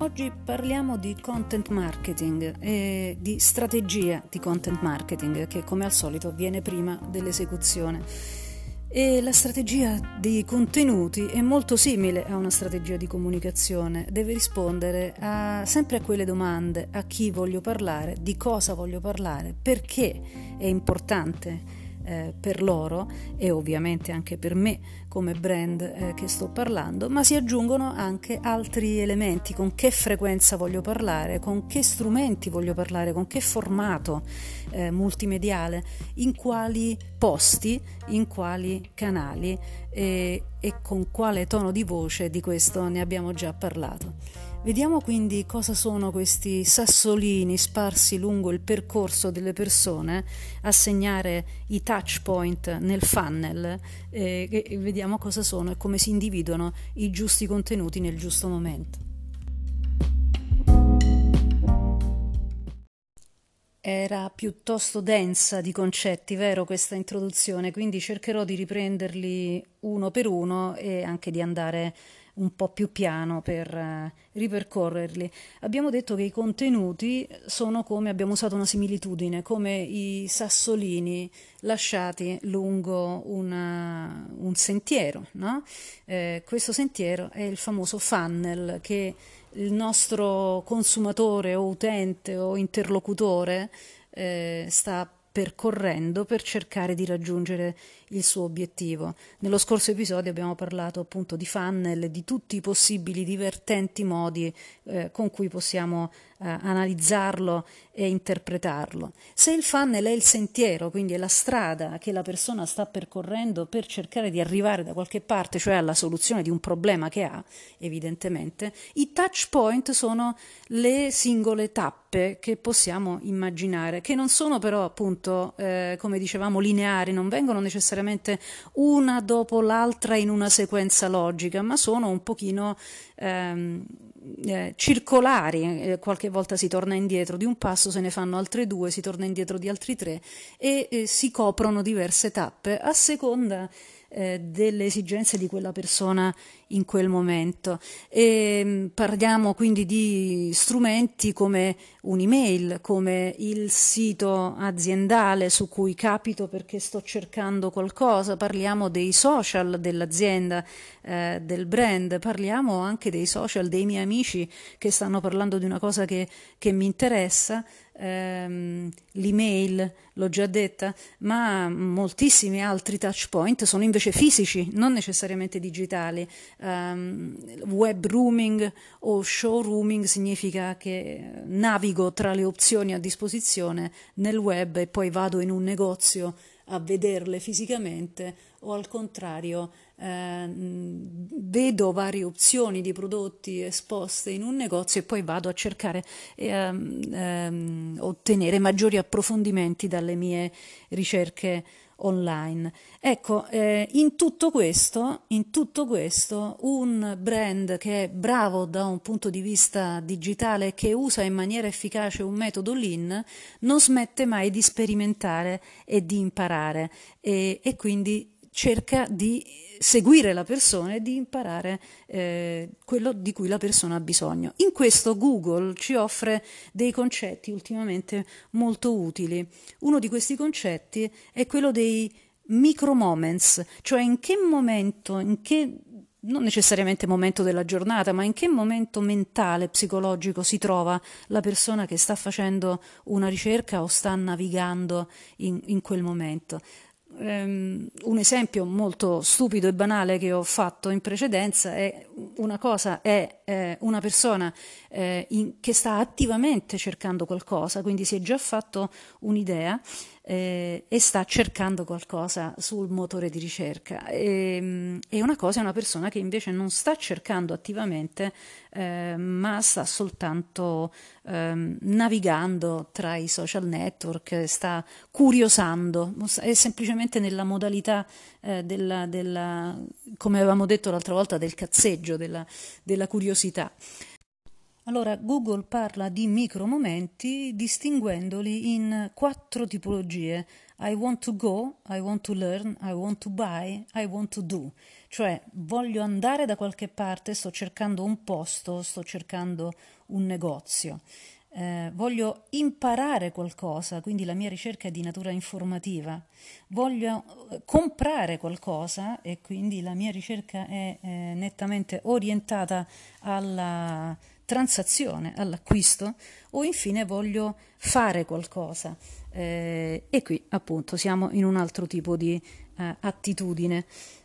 Oggi parliamo di content marketing e di strategia di content marketing che come al solito viene prima dell'esecuzione. E la strategia dei contenuti è molto simile a una strategia di comunicazione, deve rispondere sempre a quelle domande: a chi voglio parlare, di cosa voglio parlare, perché è importante per loro e ovviamente anche per me come brand che sto parlando, ma si aggiungono anche altri elementi: con che frequenza voglio parlare, con che strumenti voglio parlare, con che formato multimediale, in quali posti, in quali canali e con quale tono di voce. Di questo ne abbiamo già parlato. Vediamo quindi cosa sono questi sassolini sparsi lungo il percorso delle persone, a segnare i touch point nel funnel, e vediamo cosa sono e come si individuano i giusti contenuti nel giusto momento. Era piuttosto densa di concetti, vero, questa introduzione, quindi cercherò di riprenderli uno per uno e anche di andare un po' più piano per ripercorrerli. Abbiamo detto che i contenuti sono, come abbiamo usato una similitudine, come i sassolini lasciati lungo un sentiero, no? Questo sentiero è il famoso funnel che il nostro consumatore o utente o interlocutore sta percorrendo per cercare di raggiungere il suo obiettivo. Nello scorso episodio abbiamo parlato appunto di funnel e di tutti i possibili divertenti modi con cui possiamo analizzarlo e interpretarlo. Se il funnel è il sentiero, quindi è la strada che la persona sta percorrendo per cercare di arrivare da qualche parte, cioè alla soluzione di un problema che ha, evidentemente, i touch point sono le singole tappe che possiamo immaginare, che non sono però appunto, come dicevamo, lineari, non vengono necessariamente una dopo l'altra in una sequenza logica, ma sono un pochino circolari. Qualche volta si torna indietro di un passo, se ne fanno altre due, si torna indietro di altri tre e si coprono diverse tappe a seconda delle esigenze di quella persona in quel momento. E parliamo quindi di strumenti come un'email, come il sito aziendale su cui capito perché sto cercando qualcosa, parliamo dei social dell'azienda, del brand, parliamo anche dei social dei miei amici che stanno parlando di una cosa che mi interessa. L'email l'ho già detta, ma moltissimi altri touch point sono invece fisici, non necessariamente digitali. Web rooming o showrooming significa che navigo tra le opzioni a disposizione nel web e poi vado in un negozio a vederle fisicamente, o al contrario vedo varie opzioni di prodotti esposte in un negozio e poi vado a cercare e ottenere maggiori approfondimenti dalle mie ricerche online. Ecco, in tutto questo, un brand che è bravo da un punto di vista digitale, che usa in maniera efficace un metodo Lean, non smette mai di sperimentare e di imparare e quindi cerca di seguire la persona e di imparare quello di cui la persona ha bisogno. In questo Google ci offre dei concetti ultimamente molto utili. Uno di questi concetti è quello dei micro moments, cioè in che momento, non necessariamente momento della giornata, ma in che momento mentale, psicologico si trova la persona che sta facendo una ricerca o sta navigando in quel momento. Un esempio molto stupido e banale che ho fatto in precedenza è una una persona che sta attivamente cercando qualcosa, quindi si è già fatto un'idea e sta cercando qualcosa sul motore di ricerca, e una cosa è una persona che invece non sta cercando attivamente ma sta soltanto navigando tra i social network, sta curiosando, è semplicemente nella modalità come avevamo detto l'altra volta, del cazzeggio, della curiosità. Allora, Google parla di micromomenti distinguendoli in 4 tipologie. I want to go, I want to learn, I want to buy, I want to do. Cioè, voglio andare da qualche parte, sto cercando un posto, sto cercando un negozio. Voglio imparare qualcosa, quindi la mia ricerca è di natura informativa. Voglio comprare qualcosa e quindi la mia ricerca è nettamente orientata alla transazione, all'acquisto, o infine voglio fare qualcosa. E qui appunto siamo in un altro tipo di attitudine.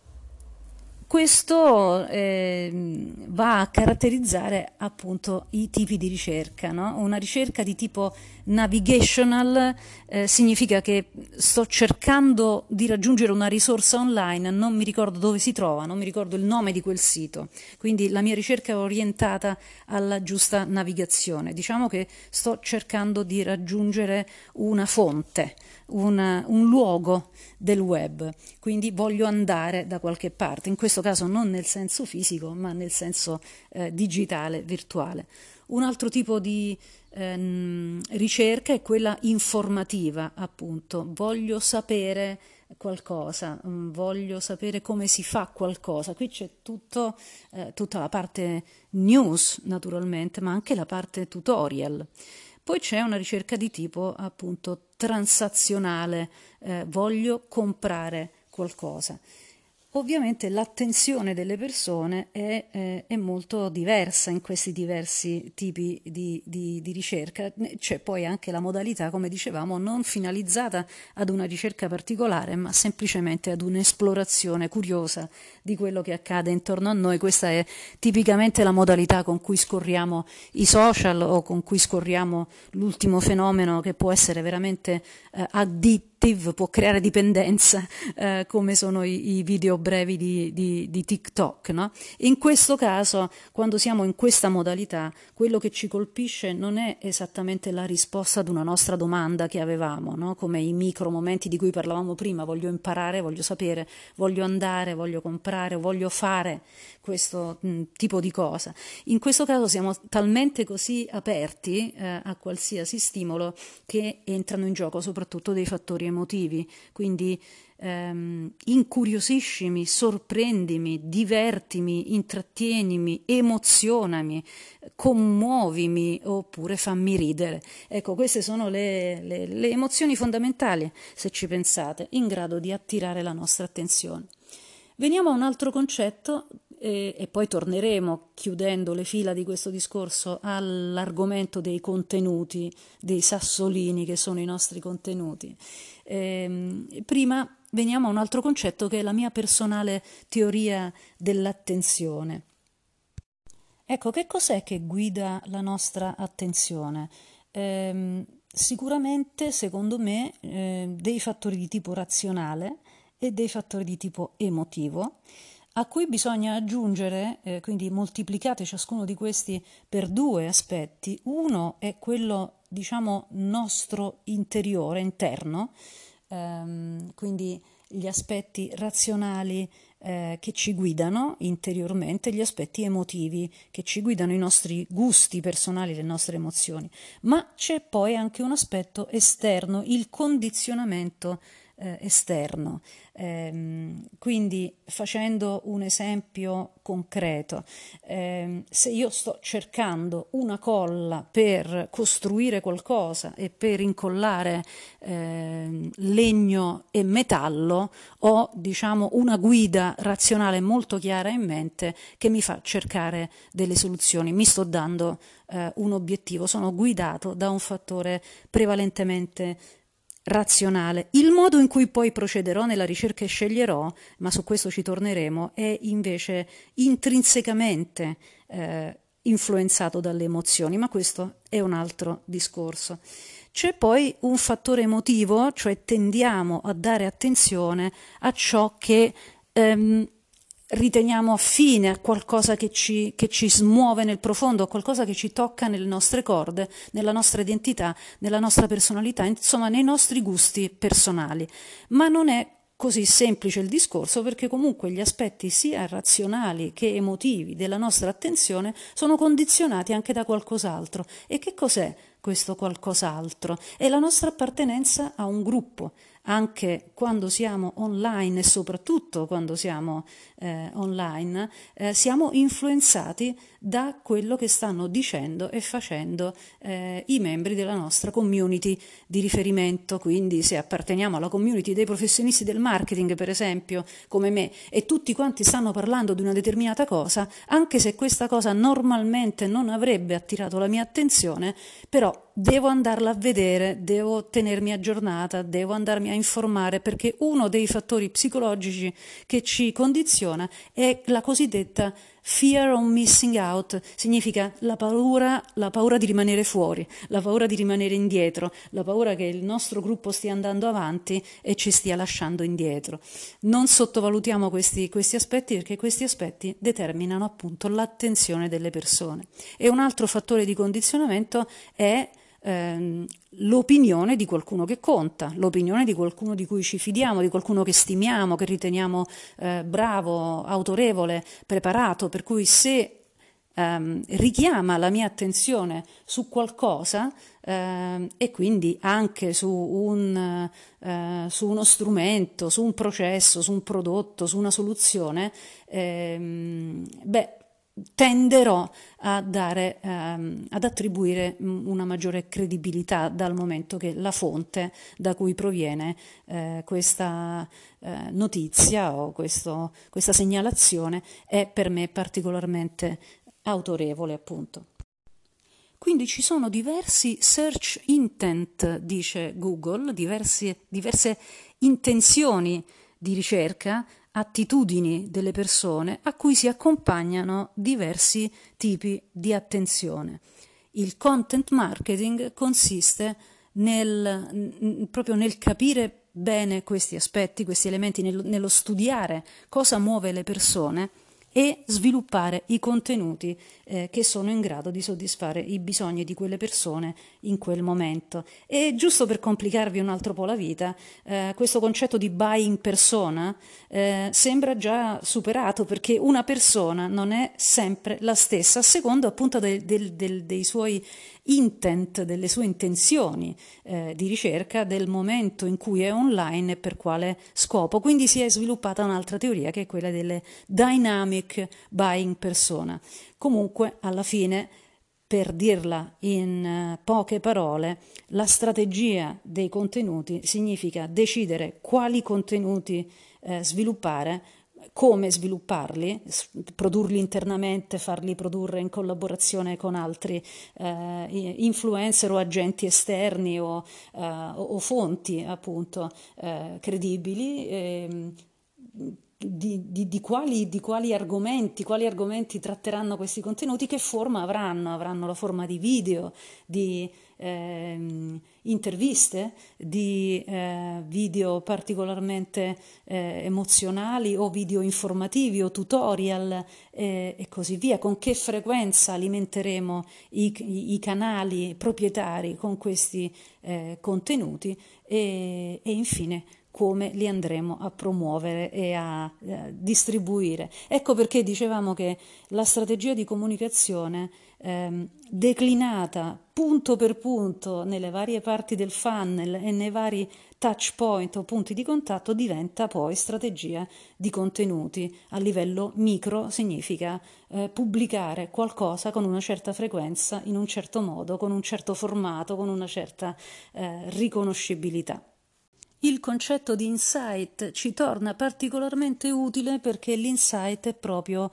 Questo va a caratterizzare appunto i tipi di ricerca, no? Una ricerca di tipo navigational significa che sto cercando di raggiungere una risorsa online, non mi ricordo dove si trova, non mi ricordo il nome di quel sito, quindi la mia ricerca è orientata alla giusta navigazione. Diciamo che sto cercando di raggiungere una fonte, un luogo del web, quindi voglio andare da qualche parte, in questo caso non nel senso fisico, ma nel senso digitale, virtuale. Un altro tipo di ricerca è quella informativa, appunto, voglio sapere qualcosa, voglio sapere come si fa qualcosa. Qui c'è tutta la parte news, naturalmente, ma anche la parte tutorial. Poi c'è una ricerca di tipo appunto transazionale, voglio comprare qualcosa. Ovviamente l'attenzione delle persone è molto diversa in questi diversi tipi di ricerca. C'è poi anche la modalità, come dicevamo, non finalizzata ad una ricerca particolare, ma semplicemente ad un'esplorazione curiosa di quello che accade intorno a noi. Questa è tipicamente la modalità con cui scorriamo i social o con cui scorriamo l'ultimo fenomeno che può essere veramente addittivo, può creare dipendenza, come sono i video brevi di TikTok, no? In questo caso, quando siamo in questa modalità, quello che ci colpisce non è esattamente la risposta ad una nostra domanda che avevamo, no? Come i micro momenti di cui parlavamo prima, voglio imparare, voglio sapere, voglio andare, voglio comprare, voglio fare questo tipo di cosa. In questo caso siamo talmente così aperti a qualsiasi stimolo che entrano in gioco soprattutto dei fattori emotivi, quindi incuriosiscimi, sorprendimi, divertimi, intrattienimi, emozionami, commuovimi oppure fammi ridere. Ecco, queste sono le emozioni fondamentali, se ci pensate, in grado di attirare la nostra attenzione. Veniamo a un altro concetto e poi torneremo, chiudendo le fila di questo discorso, all'argomento dei contenuti, dei sassolini che sono i nostri contenuti. Prima veniamo a un altro concetto che è la mia personale teoria dell'attenzione. Ecco, che cos'è che guida la nostra attenzione? Sicuramente, secondo me, dei fattori di tipo razionale e dei fattori di tipo emotivo, a cui bisogna aggiungere, quindi moltiplicate ciascuno di questi per 2 aspetti. Uno è quello, diciamo, nostro interiore, interno, quindi gli aspetti razionali che ci guidano interiormente, gli aspetti emotivi che ci guidano, i nostri gusti personali, le nostre emozioni. Ma c'è poi anche un aspetto esterno, il condizionamento esterno. Quindi, facendo un esempio concreto, se io sto cercando una colla per costruire qualcosa e per incollare legno e metallo, ho, diciamo, una guida razionale molto chiara in mente che mi fa cercare delle soluzioni. Mi sto dando un obiettivo, sono guidato da un fattore prevalentemente razionale. Il modo in cui poi procederò nella ricerca e sceglierò, ma su questo ci torneremo, è invece intrinsecamente influenzato dalle emozioni, ma questo è un altro discorso. C'è poi un fattore emotivo, cioè tendiamo a dare attenzione a ciò che riteniamo affine, a qualcosa che ci smuove nel profondo, a qualcosa che ci tocca nelle nostre corde, nella nostra identità, nella nostra personalità, insomma nei nostri gusti personali. Ma non è così semplice il discorso, perché comunque gli aspetti sia razionali che emotivi della nostra attenzione sono condizionati anche da qualcos'altro. E che cos'è questo qualcos'altro? È la nostra appartenenza a un gruppo. Anche quando siamo online e soprattutto quando siamo online, siamo influenzati da quello che stanno dicendo e facendo i membri della nostra community di riferimento. Quindi se apparteniamo alla community dei professionisti del marketing, per esempio, come me, e tutti quanti stanno parlando di una determinata cosa, anche se questa cosa normalmente non avrebbe attirato la mia attenzione, però devo andarla a vedere, devo tenermi aggiornata, devo andarmi a informare, perché uno dei fattori psicologici che ci condiziona è la cosiddetta fear of missing out, significa la paura di rimanere fuori, la paura di rimanere indietro, la paura che il nostro gruppo stia andando avanti e ci stia lasciando indietro. Non sottovalutiamo questi aspetti, perché questi aspetti determinano appunto l'attenzione delle persone. E un altro fattore di condizionamento è l'opinione di qualcuno che conta, l'opinione di qualcuno di cui ci fidiamo, di qualcuno che stimiamo, che riteniamo bravo, autorevole, preparato, per cui se richiama la mia attenzione su qualcosa e quindi anche su uno strumento, su un processo, su un prodotto, su una soluzione, tenderò ad attribuire una maggiore credibilità, dal momento che la fonte da cui proviene questa notizia o questa segnalazione è per me particolarmente autorevole, appunto. Quindi ci sono diversi search intent, dice Google, diverse intenzioni di ricerca, attitudini delle persone a cui si accompagnano diversi tipi di attenzione. Il content marketing consiste proprio nel capire bene questi aspetti, questi elementi, nello studiare cosa muove le persone e sviluppare i contenuti che sono in grado di soddisfare i bisogni di quelle persone in quel momento. E giusto per complicarvi un altro po' la vita, questo concetto di buying persona sembra già superato, perché una persona non è sempre la stessa a seconda appunto dei suoi intent, delle sue intenzioni di ricerca, del momento in cui è online e per quale scopo. Quindi si è sviluppata un'altra teoria, che è quella delle dynamic buying persona. Comunque, alla fine, per dirla in poche parole, la strategia dei contenuti significa decidere quali contenuti sviluppare, come svilupparli, produrli internamente, farli produrre in collaborazione con altri influencer o agenti esterni o fonti appunto credibili. Di quali argomenti tratteranno questi contenuti, che forma avranno la forma di video, di interviste, di video particolarmente emozionali o video informativi o tutorial e così via, con che frequenza alimenteremo i canali proprietari con questi contenuti e infine come li andremo a promuovere e a distribuire. Ecco perché dicevamo che la strategia di comunicazione declinata punto per punto nelle varie parti del funnel e nei vari touch point o punti di contatto diventa poi strategia di contenuti. A livello micro significa pubblicare qualcosa con una certa frequenza, in un certo modo, con un certo formato, con una certa riconoscibilità. Il concetto di insight ci torna particolarmente utile perché l'insight è proprio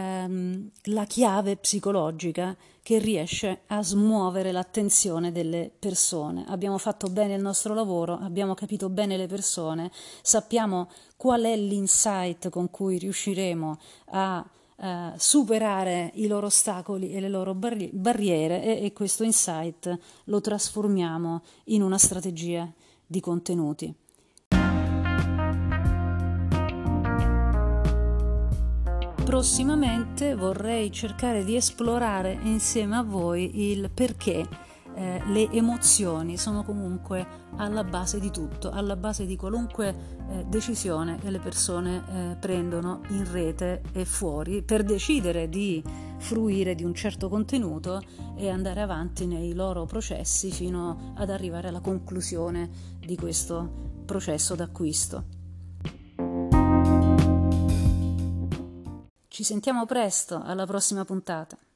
la chiave psicologica che riesce a smuovere l'attenzione delle persone. Abbiamo fatto bene il nostro lavoro, abbiamo capito bene le persone, sappiamo qual è l'insight con cui riusciremo a superare i loro ostacoli e le loro barriere e questo insight lo trasformiamo in una strategia di contenuti. Prossimamente vorrei cercare di esplorare insieme a voi il perché le emozioni sono comunque alla base di tutto, alla base di qualunque decisione che le persone prendono in rete e fuori per decidere di fruire di un certo contenuto e andare avanti nei loro processi fino ad arrivare alla conclusione di questo processo d'acquisto. Ci sentiamo presto, alla prossima puntata.